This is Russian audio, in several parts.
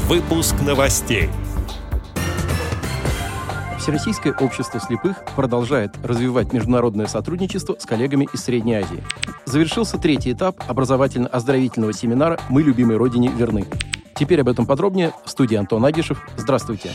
Выпуск новостей. Всероссийское общество слепых продолжает развивать международное сотрудничество с коллегами из Средней Азии. Завершился третий этап образовательно-оздоровительного семинара «Мы любимой Родине верны». Теперь об этом подробнее. В студии Антон Агишев. Здравствуйте.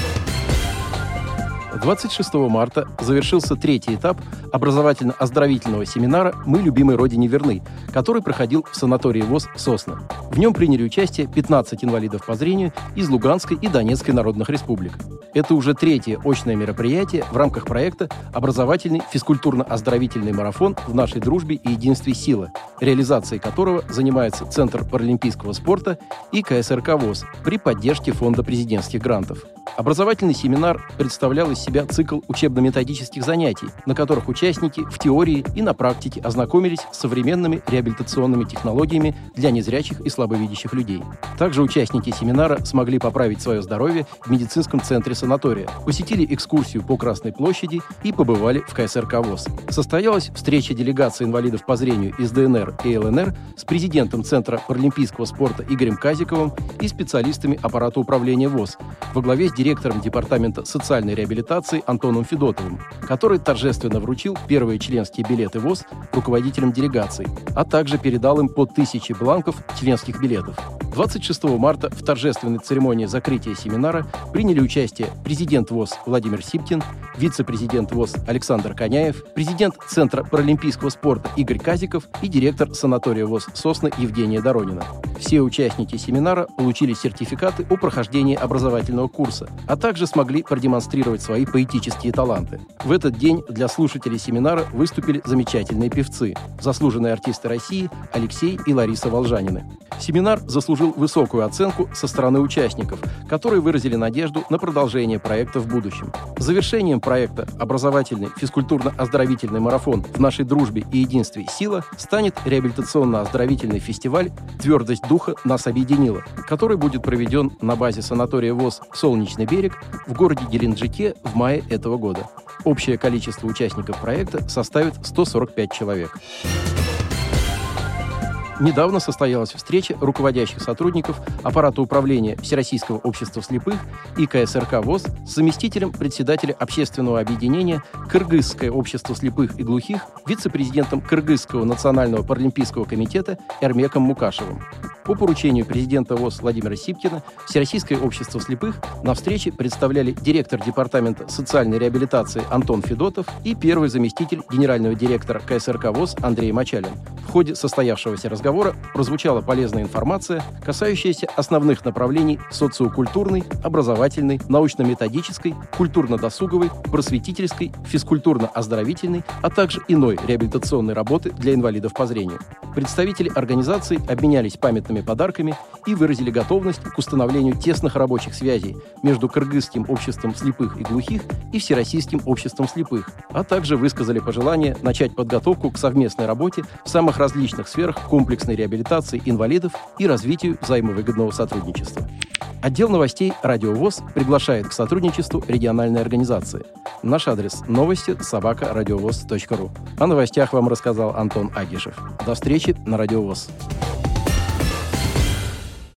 26 марта завершился третий этап образовательно-оздоровительного семинара «Мы любимой Родине верны», который проходил в санатории ВОС «Сосна». В нем приняли участие 15 инвалидов по зрению из Луганской и Донецкой народных республик. Это уже третье очное мероприятие в рамках проекта «Образовательный физкультурно-оздоровительный марафон в нашей дружбе и единстве сила», реализацией которого занимается Центр паралимпийского спорта и КСРК ВОС при поддержке Фонда президентских грантов. Образовательный семинар представлял из себя цикл учебно-методических занятий, на которых участники в теории и на практике ознакомились с современными реабилитационными технологиями для незрячих и слабовидящих людей. Также участники семинара смогли поправить свое здоровье в медицинском центре санатория, посетили экскурсию по Красной площади и побывали в КСРК ВОС. Состоялась встреча делегации инвалидов по зрению из ДНР и ЛНР с президентом Центра паралимпийского спорта Игорем Казиковым и специалистами аппарата управления ВОС во главе с директором Департамента социальной реабилитации Антоном Федотовым, который торжественно вручил первые членские билеты ВОС руководителям делегаций, а также передал им по 1000 бланков членских билетов. 26 марта в торжественной церемонии закрытия семинара приняли участие президент ВОС Владимир Сипкин, вице-президент ВОС Александр Коняев, президент Центра паралимпийского спорта Игорь Казиков и директор санатория ВОС «Сосна» Евгения Доронина. Все участники семинара получили сертификаты о прохождении образовательного курса, а также смогли продемонстрировать свои поэтические таланты. В этот день для слушателей семинара выступили замечательные певцы, заслуженные артисты России Алексей и Лариса Волжанины. Семинар заслужил высокую оценку со стороны участников, которые выразили надежду на продолжение проекта в будущем. Завершением проекта «Образовательный физкультурно-оздоровительный марафон в нашей дружбе и единстве сила» станет реабилитационно-оздоровительный фестиваль «Твердость духа нас объединила», который будет проведен на базе санатория ВОС «Солнечный берег» в городе Геленджике в мае этого года. Общее количество участников проекта составит 145 человек. Недавно состоялась встреча руководящих сотрудников аппарата управления Всероссийского общества слепых и КСРК ВОС с заместителем председателя общественного объединения Кыргызское общество слепых и глухих, вице-президентом Кыргызского национального паралимпийского комитета Эрмеком Мукашевым. По поручению президента ВОС Владимира Сипкина Всероссийское общество слепых на встрече представляли директор Департамента социальной реабилитации Антон Федотов и первый заместитель генерального директора КСРК ВОС Андрей Мачалин. В ходе состоявшегося разговора прозвучала полезная информация, касающаяся основных направлений социокультурной, образовательной, научно-методической, культурно-досуговой, просветительской, физкультурно-оздоровительной, а также иной реабилитационной работы для инвалидов по зрению. Представители организаций обменялись памятными подарками и выразили готовность к установлению тесных рабочих связей между Кыргызским обществом слепых и глухих и Всероссийским обществом слепых, а также высказали пожелание начать подготовку к совместной работе в самых различных сферах комплексной реабилитации инвалидов и развитию взаимовыгодного сотрудничества. Отдел новостей «Радио ВОС» приглашает к сотрудничеству региональной организации. Наш адрес – новости@радиовос.ру. О новостях вам рассказал Антон Агишев. До встречи на Радио ВОС.